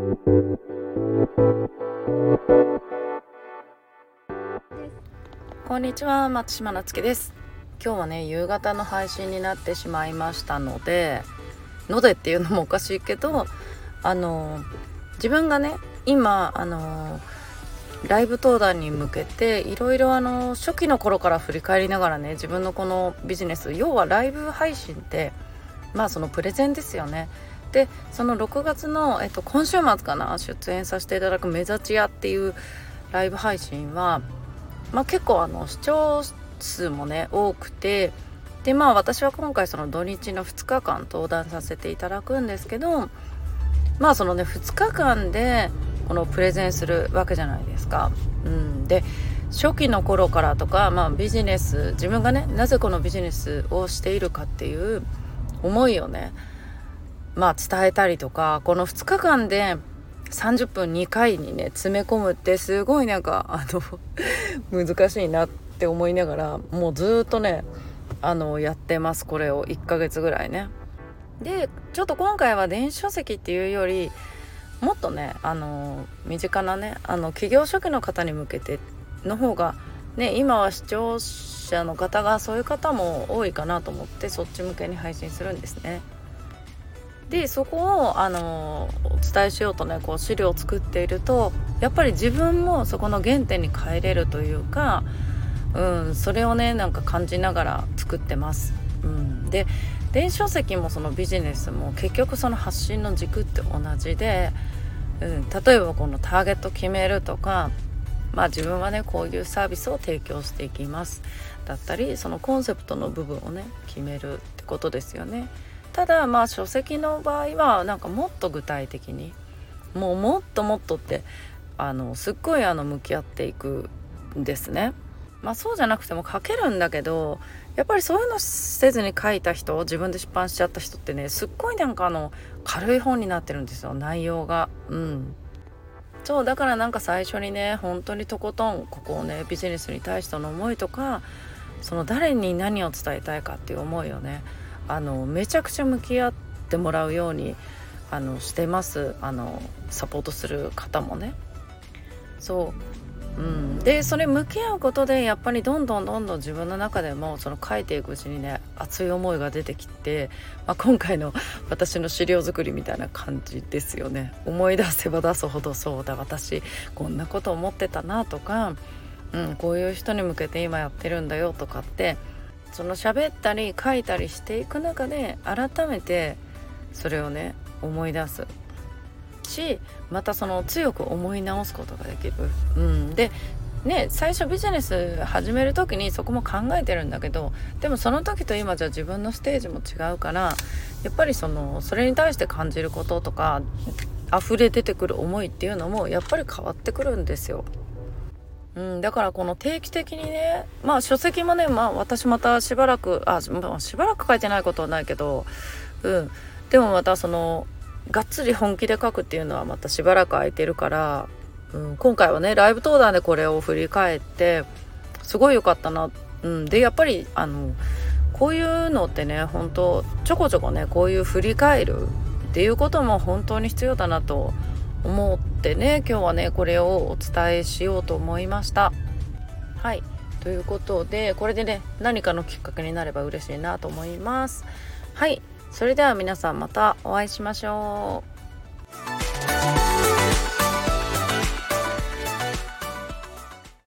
こんにちは、松島なつきです。今日はね、夕方の配信になってしまいましたのでっていうのもおかしいけど、自分がね、今ライブ登壇に向けていろいろ初期の頃から振り返りながらね、自分のこのビジネス、要はライブ配信ってそのプレゼンですよね。で、その6月の、今週末かな、出演させていただく目立ち屋っていうライブ配信は、結構視聴数もね多くて、で私は今回その土日の2日間登壇させていただくんですけど、そのね2日間でこのプレゼンするわけじゃないですか。で、初期の頃からとか、ビジネス、自分がねなぜこのビジネスをしているかっていう思いをね伝えたりとか、この2日間で30分2回にね詰め込むってすごい難しいなって思いながら、もうずっとねやってます。これを1ヶ月ぐらいね。で、ちょっと今回は電子書籍っていうよりもっとね身近なね企業初期の方に向けての方がね、今は視聴者の方がそういう方も多いかなと思って、そっち向けに配信するんですね。で、そこをお伝えしようとね、こう資料を作っていると、やっぱり自分もそこの原点に帰れるというか、それをね感じながら作ってます。で、電子書籍もそのビジネスも結局その発信の軸って同じで、例えばこのターゲット決めるとか、自分はねこういうサービスを提供していきますだったり、そのコンセプトの部分をね決めるってことですよね。ただ書籍の場合はもっと具体的に、もっとってすっごい向き合っていくんですね。そうじゃなくても書けるんだけど、やっぱりそういうのせずに書いた人、自分で出版しちゃった人ってね、すっごい軽い本になってるんですよ、内容が。そうだから最初にね、本当にとことんここをねビジネスに対しての思いとか、その誰に何を伝えたいかっていう思いをねめちゃくちゃ向き合ってもらうようにしてます。サポートする方もね。で、それ向き合うことでやっぱりどんどん自分の中でもその書いていくうちにね、熱い思いが出てきて、今回の私の資料作りみたいな感じですよね。思い出せば出すほど、そうだ、私こんなこと思ってたなとか、こういう人に向けて今やってるんだよとかって、その喋ったり書いたりしていく中で改めてそれをね思い出すし、またその強く思い直すことができる。でね、最初ビジネス始める時にそこも考えてるんだけど、でもその時と今じゃ自分のステージも違うから、やっぱりそれに対して感じることとか溢れ出てくる思いっていうのもやっぱり変わってくるんですよ。だからこの定期的にね、書籍もね、私またしばらくしばらく書いてないことはないけど、でもまたがっつり本気で書くっていうのはまたしばらく空いてるから、今回はねライブ登壇でこれを振り返ってすごい良かったな。で、やっぱりこういうのってね、本当ちょこちょこねこういう振り返るっていうことも本当に必要だなと思ってね、今日はねこれをお伝えしようと思いました。はい、ということで、これでね何かのきっかけになれば嬉しいなと思います。はい、それでは皆さんまたお会いしましょう。